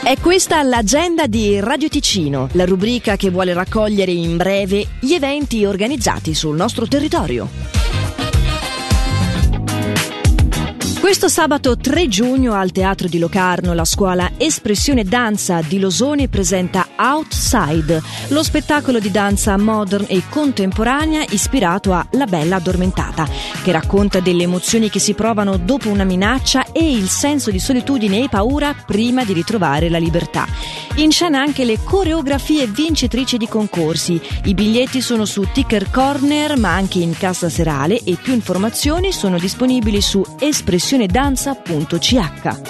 È questa l'agenda di Radio Ticino, la rubrica che vuole raccogliere in breve gli eventi organizzati sul nostro territorio. Questo sabato 3 giugno al Teatro di Locarno la scuola Espressione Danza di Losone presenta Outside, lo spettacolo di danza modern e contemporanea ispirato a La Bella Addormentata, che racconta delle emozioni che si provano dopo una minaccia e il senso di solitudine e paura prima di ritrovare la libertà. In scena anche le coreografie vincitrici di concorsi. I biglietti sono su Ticker Corner ma anche in cassa serale e più informazioni sono disponibili su espressionedanza.ch.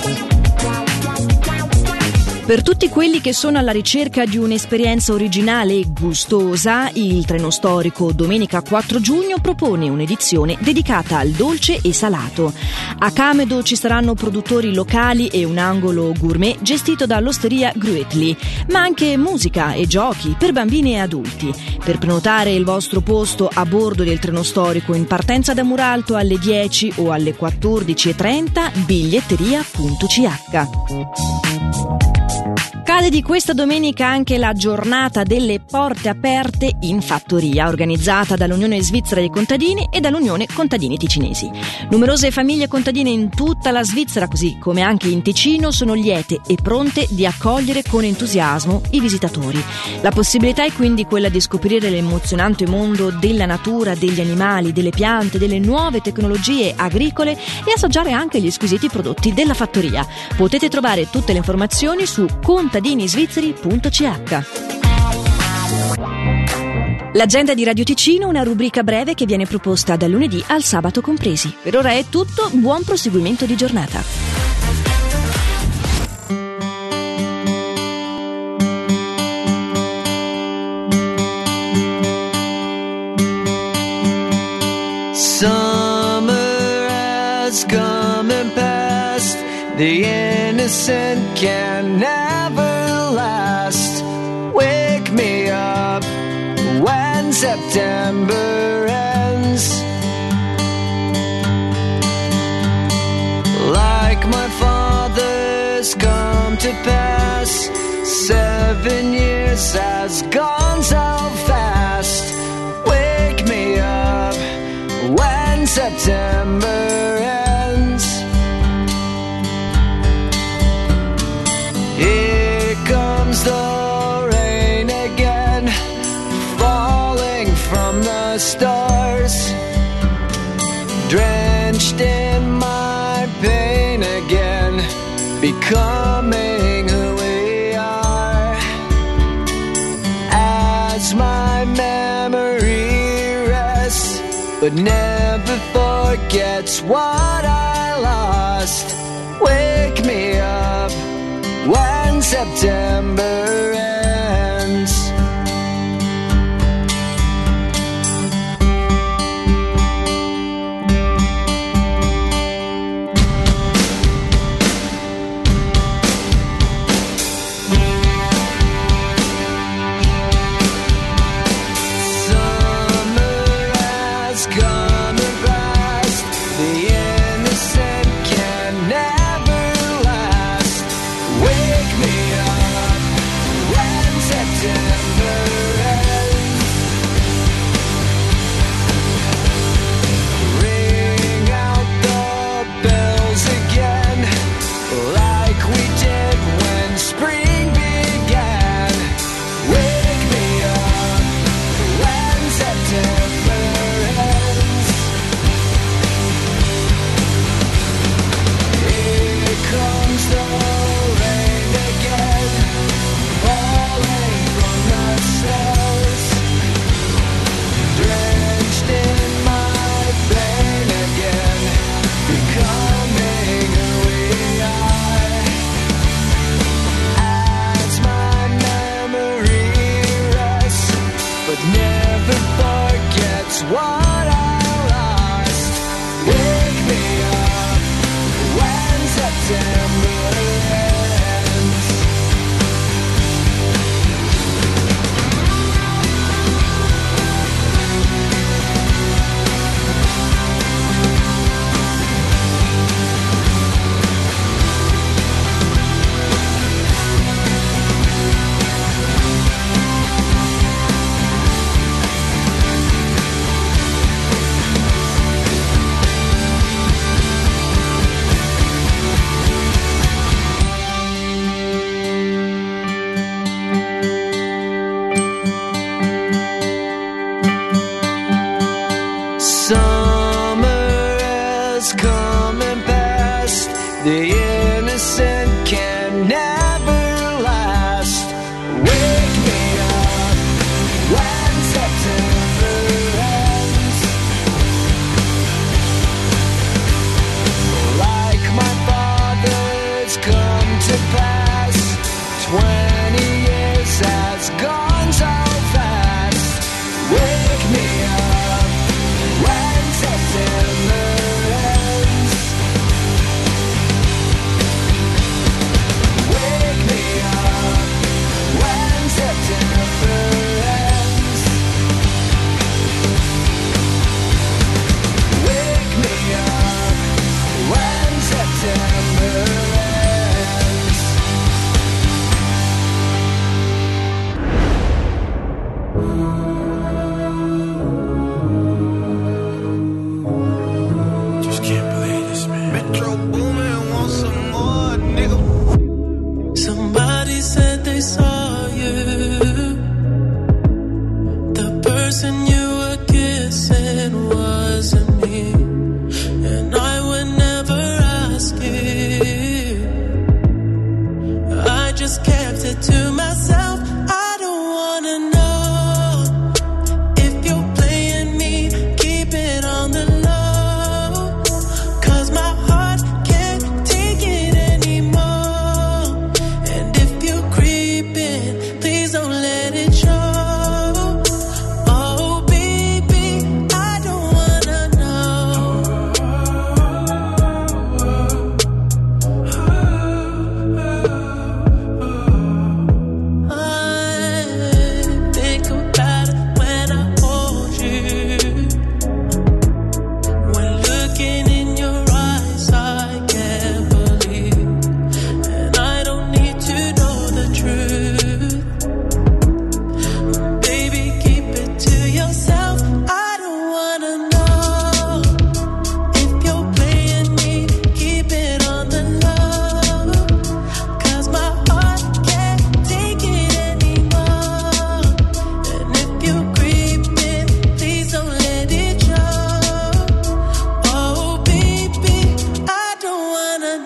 Per tutti quelli che sono alla ricerca di un'esperienza originale e gustosa, il Treno Storico domenica 4 giugno propone un'edizione dedicata al dolce e salato. A Camedo ci saranno produttori locali e un angolo gourmet gestito dall'osteria Gruetli, ma anche musica e giochi per bambini e adulti. Per prenotare il vostro posto a bordo del Treno Storico in partenza da Muralto alle 10 o alle 14.30, biglietteria.ch. Cade di questa domenica anche la giornata delle porte aperte in fattoria, organizzata dall'Unione Svizzera dei Contadini e dall'Unione Contadini Ticinesi. Numerose famiglie contadine in tutta la Svizzera, così come anche in Ticino, sono liete e pronte di accogliere con entusiasmo i visitatori. La possibilità è quindi quella di scoprire l'emozionante mondo della natura, degli animali, delle piante, delle nuove tecnologie agricole e assaggiare anche gli squisiti prodotti della fattoria. Potete trovare tutte le informazioni su contadinisvizzeri.ch. L'agenda di Radio Ticino, una rubrica breve che viene proposta dal lunedì al sabato compresi. Per ora è tutto, buon proseguimento di giornata. Summer has come and passed. The innocent can never last. Wake me up when September ends. Like my father's come to pass, 7 years has gone so fast. Wake me up when September ends. Here comes the rain again, falling from the stars, drenched in my pain again, becoming who we are. As my memory rests, but never forgets what I lost. Wake me up when September ends. Summer has come and passed. The innocent can never last. Wake me up The innocent can never last. Wake me up when September ends. Like my father's come to pass. 20 years has gone so fast. Wake me up when September ends. Wake me up when September ends. Wake me up when September ends. Just can't believe this, man. Metro Boomin want some more, nigga. Somebody said they saw you. The person you were kissing wasn't me, and I would never ask you. I just kept it to myself.